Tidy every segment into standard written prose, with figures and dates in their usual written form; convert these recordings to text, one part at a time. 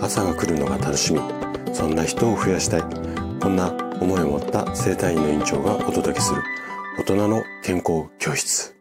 朝が来るのが楽しみ、そんな人を増やしたい、こんな思いを持った整体院の院長がお届けする大人の健康教室。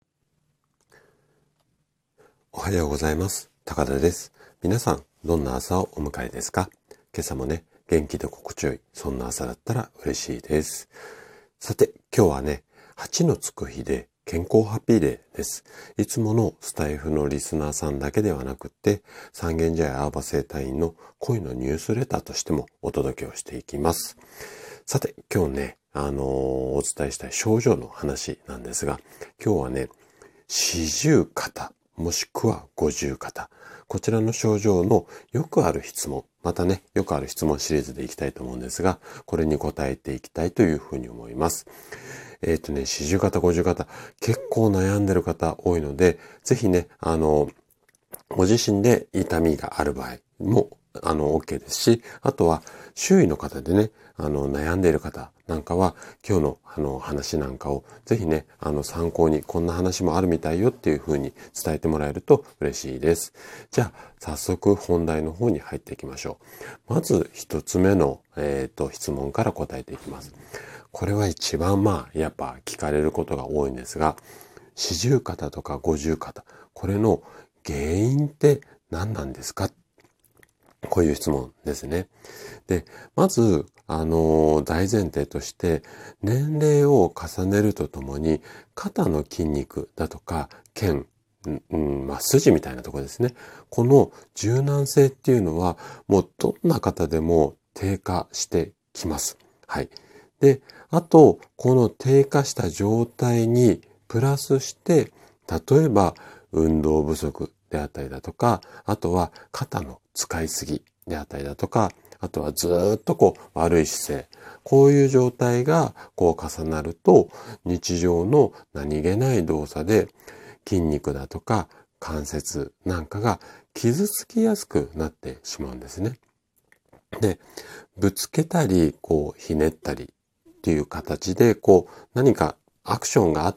おはようございます。高田です。皆さんどんな朝をお迎えですか？今朝もね、元気で心地よい、そんな朝だったら嬉しいです。さて、今日はね、8のつく日で健康ハッピーデーです。いつものスタイフのリスナーさんだけではなくって、三軒茶屋青葉整体院の恋のニュースレターとしてもお届けをしていきます。さて、今日ね、お伝えしたい症状の話なんですが、今日はね、四十肩、もしくは五十肩、こちらの症状のよくある質問、またね、よくある質問シリーズでいきたいと思うんですが、これに答えていきたいというふうに思います。四十肩、五十肩、結構悩んでる方多いので、ぜひね、ご自身で痛みがある場合も、OK ですし、あとは周囲の方でね、悩んでいる方なんかは、今日の話なんかをぜひね、参考にこんな話もあるみたいよっていう風に伝えてもらえると嬉しいです。じゃあ、早速本題の方に入っていきましょう。まず一つ目の、質問から答えていきます。これは一番やっぱ聞かれることが多いんですが、四十肩とか五十肩、これの原因って何なんですか？こういう質問ですね。で、まず、大前提として、年齢を重ねるとともに、肩の筋肉だとか、腱、筋みたいなところですね。この柔軟性っていうのは、もうどんな方でも低下してきます。はい。で、あと、この低下した状態にプラスして、例えば運動不足であったりだとか、あとは肩の使いすぎであったりだとか、あとはずっと悪い姿勢、こういう状態が重なると、日常の何気ない動作で筋肉だとか関節なんかが傷つきやすくなってしまうんですね。で、ぶつけたり、ひねったりっていう形で、何かアクションがあって、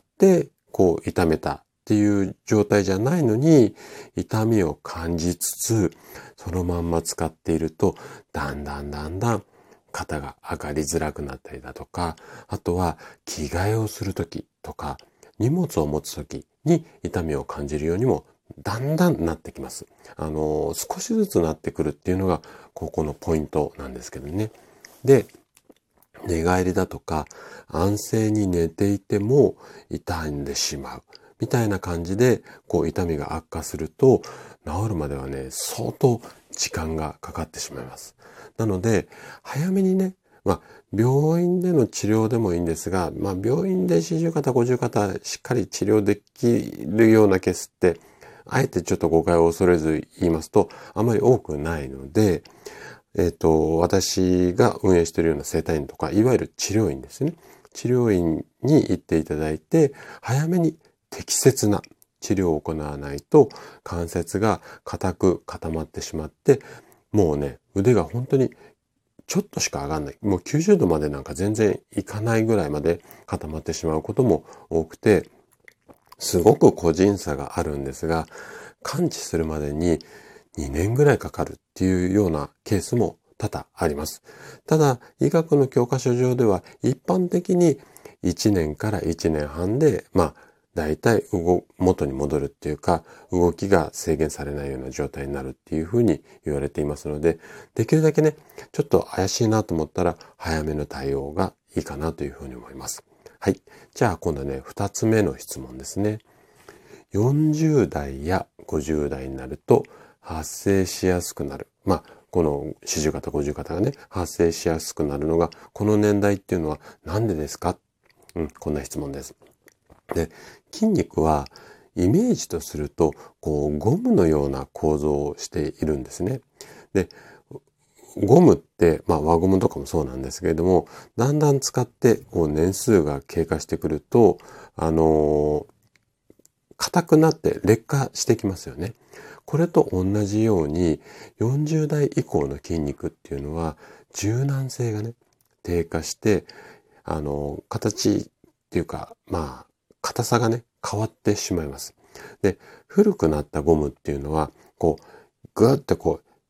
痛めたっていう状態じゃないのに、痛みを感じつつ、そのまんま使っていると、だんだん肩が上がりづらくなったりだとか、あとは着替えをするときとか、荷物を持つときに痛みを感じるようにもだんだんなってきます。少しずつなってくるっていうのが、ここのポイントなんですけどね。で、寝返りだとか、安静に寝ていても痛んでしまう。みたいな感じで、痛みが悪化すると、治るまではね、相当時間がかかってしまいます。なので、早めにね、病院での治療でもいいんですが、病院で四十肩、五十肩、しっかり治療できるようなケースって、あえてちょっと誤解を恐れず言いますと、あまり多くないので、私が運営しているような整体院とか、いわゆる治療院ですね。治療院に行っていただいて、早めに適切な治療を行わないと、関節が硬く固まってしまって、もうね、腕が本当にちょっとしか上がんない。もう90度までなんか全然いかないぐらいまで固まってしまうことも多くて、すごく個人差があるんですが、完治するまでに2年ぐらいかかるっていうようなケースも多々あります。ただ、医学の教科書上では一般的に1年から1年半で、だいたい元に戻るっていうか、動きが制限されないような状態になるっていうふうに言われていますので、できるだけね、ちょっと怪しいなと思ったら、早めの対応がいいかなというふうに思います。はい。じゃあ今度はね、2つ目の質問ですね。40代や50代になると発生しやすくなる。この四十肩、五十肩がね、発生しやすくなるのが、この年代っていうのはなんでですか？こんな質問です。で、筋肉はイメージとすると、ゴムのような構造をしているんですね。で、ゴムって、輪ゴムとかもそうなんですけれども、だんだん使って年数が経過してくると、硬くなって劣化してきますよね。これと同じように40代以降の筋肉っていうのは柔軟性がね、低下して、形っていうか、硬さがね、変わってしまいます。で、古くなったゴムっていうのは、ぐーって引っ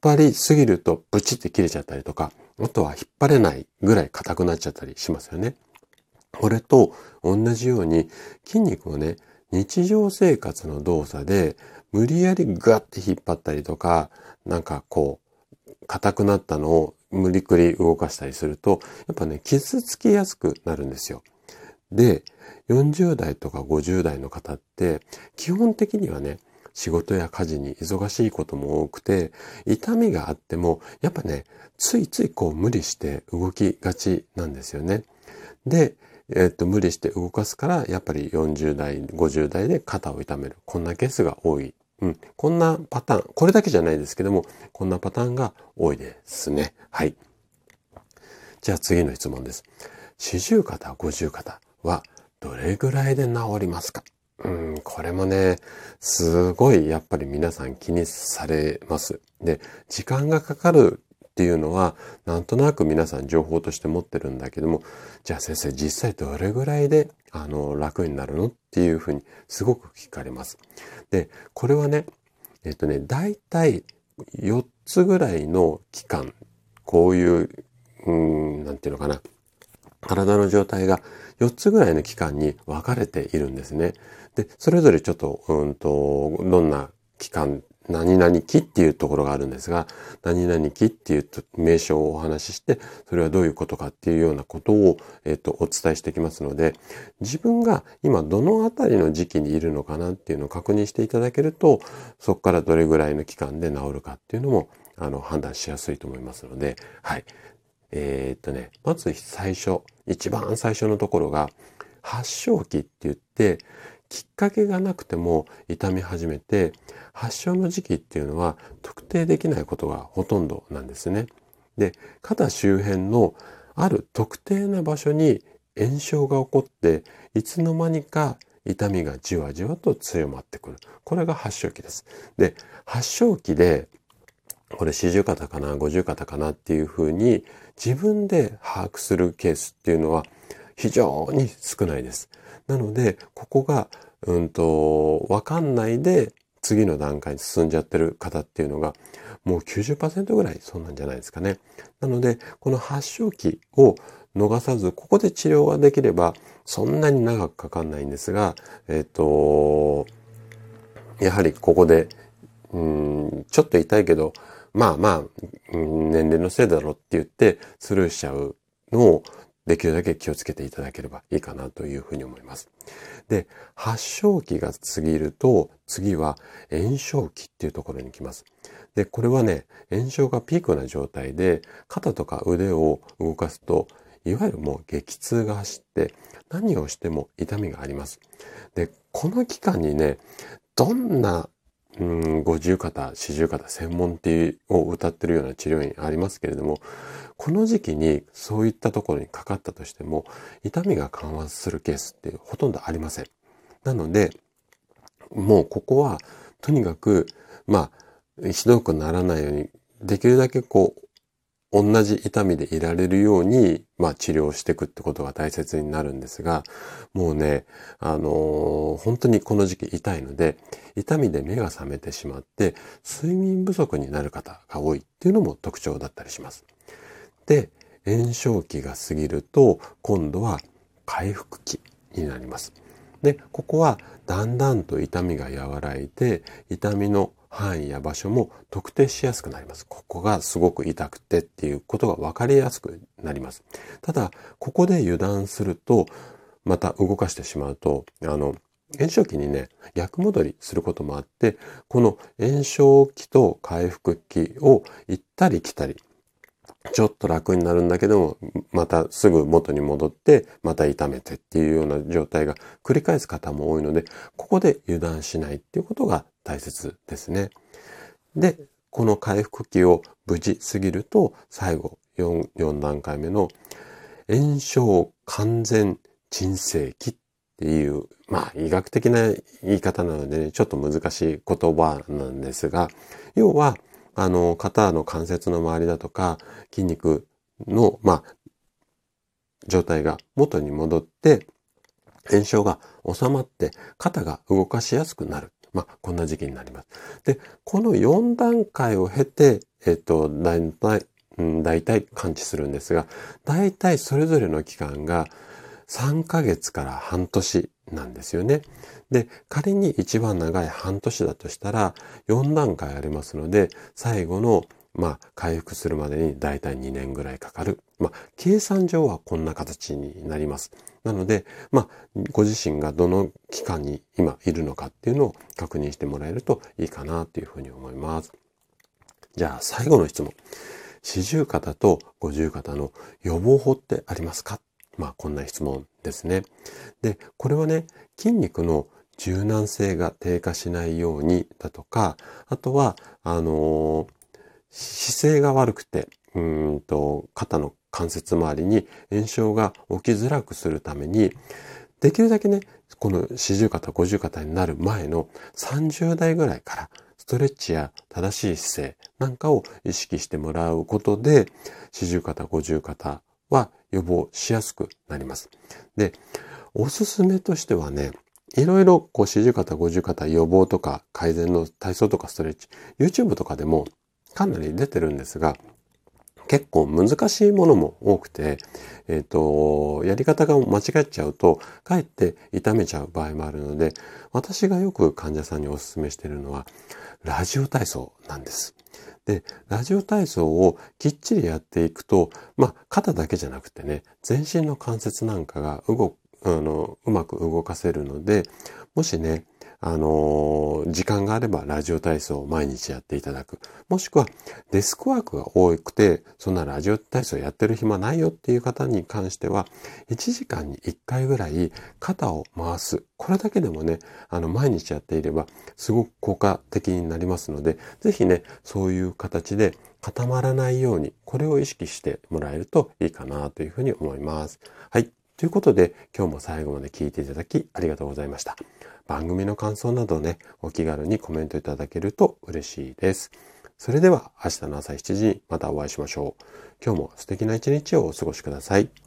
張りすぎるとブチって切れちゃったりとか、あとは引っ張れないぐらい硬くなっちゃったりしますよね。これと同じように筋肉をね、日常生活の動作で無理やりガッて引っ張ったりとか、なんかこう、硬くなったのを無理くり動かしたりすると、やっぱね、傷つきやすくなるんですよ。で、40代とか50代の方って、基本的にはね、仕事や家事に忙しいことも多くて、痛みがあっても、やっぱね、ついついこう無理して動きがちなんですよね。で、無理して動かすから、やっぱり40代、50代で肩を痛める。こんなケースが多い。こんなパターン、これだけじゃないですけども、こんなパターンが多いですね。はい。じゃあ次の質問です。四十肩、五十肩はどれぐらいで治りますか？これもね、すごいやっぱり皆さん気にされます。で、時間がかかるっていうのは、なんとなく皆さん情報として持ってるんだけども、じゃあ先生実際どれぐらいで、楽になるのっていうふうにすごく聞かれます。で、これはね、だいたい4つぐらいの期間、こういう、なんていうのかな、体の状態が4つぐらいの期間に分かれているんですね。で、それぞれちょっと、どんな期間、何々期っていうところがあるんですが、何々期っていう名称をお話しして、それはどういうことかっていうようなことを、お伝えしてきますので、自分が今どのあたりの時期にいるのかなっていうのを確認していただけると、そこからどれぐらいの期間で治るかっていうのも、判断しやすいと思いますので、はい。まず一番最初のところが、発症期って言って、きっかけがなくても痛み始めて、発症の時期っていうのは特定できないことがほとんどなんですね。で、肩周辺のある特定な場所に炎症が起こって、いつの間にか痛みがじわじわと強まってくる。これが発症期です。で、発症期で、これ四十肩かな、五十肩かなっていうふうに自分で把握するケースっていうのは非常に少ないです。なので、ここが、わかんないで次の段階に進んじゃってる方っていうのがもう 90% ぐらいそうなんじゃないですかね。なので、この発症期を逃さず、ここで治療ができればそんなに長くかかんないんですが、やはりここで、ちょっと痛いけど、年齢のせいだろうって言ってスルーしちゃうのをできるだけ気をつけていただければいいかなというふうに思います。で、発症期が過ぎると、次は炎症期っていうところに来ます。で、これはね、炎症がピークな状態で、肩とか腕を動かすと、いわゆるもう激痛が走って、何をしても痛みがあります。で、この期間にね、どんな五十肩、四十肩専門ってを歌ってるような治療院ありますけれども、この時期にそういったところにかかったとしても、痛みが緩和するケースってほとんどありません。なので、もうここは、とにかく、ひどくならないように、できるだけ同じ痛みでいられるように、治療していくってことが大切になるんですが、もうね、本当にこの時期痛いので、痛みで目が覚めてしまって、睡眠不足になる方が多いっていうのも特徴だったりします。で、炎症期が過ぎると、今度は回復期になります。で、ここはだんだんと痛みが和らいで、痛みの範囲や場所も特定しやすくなります。ここがすごく痛くてっていうことが分かりやすくなります。ただ、ここで油断すると、また動かしてしまうと、炎症期にね、逆戻りすることもあって、この炎症期と回復期を行ったり来たり、ちょっと楽になるんだけども、またすぐ元に戻って、また痛めてっていうような状態が繰り返す方も多いので、ここで油断しないっていうことが大切ですね。で、この回復期を無事過ぎると、最後4段階目の炎症完全鎮静期っていう、医学的な言い方なのでね、ちょっと難しい言葉なんですが、要は、肩の関節の周りだとか、筋肉の、状態が元に戻って、炎症が収まって、肩が動かしやすくなる。 こんな時期になります。で、この4段階を経て、大体完治するんですが、大体それぞれの期間が3ヶ月から半年なんですよね。で、仮に一番長い半年だとしたら、4段階ありますので、最後の回復するまでにだいたい2年ぐらいかかる。計算上はこんな形になります。なので、ご自身がどの期間に今いるのかっていうのを確認してもらえるといいかなというふうに思います。じゃあ最後の質問。四十肩と五十肩の予防法ってありますか？こんな質問ですね。で、これはね、筋肉の柔軟性が低下しないようにだとか、あとは、姿勢が悪くて、肩の関節周りに炎症が起きづらくするために、できるだけね、この四十肩、五十肩になる前の30代ぐらいからストレッチや正しい姿勢なんかを意識してもらうことで、四十肩、五十肩は予防しやすくなります。で、おすすめとしてはね、いろいろ四十肩、五十肩予防とか改善の体操とかストレッチ、YouTube とかでもかなり出てるんですが、結構難しいものも多くて、やり方が間違っちゃうと、かえって痛めちゃう場合もあるので、私がよく患者さんにお勧めしているのは、ラジオ体操なんです。で、ラジオ体操をきっちりやっていくと、肩だけじゃなくてね、全身の関節なんかがうまく動かせるので、もしね、時間があればラジオ体操を毎日やっていただく。もしくはデスクワークが多くて、そんなラジオ体操やってる暇ないよっていう方に関しては、1時間に1回ぐらい肩を回す。これだけでもね、毎日やっていればすごく効果的になりますので、ぜひね、そういう形で固まらないように、これを意識してもらえるといいかなというふうに思います。はい。ということで、今日も最後まで聞いていただきありがとうございました。番組の感想などね、お気軽にコメントいただけると嬉しいです。それでは明日の朝7時にまたお会いしましょう。今日も素敵な一日をお過ごしください。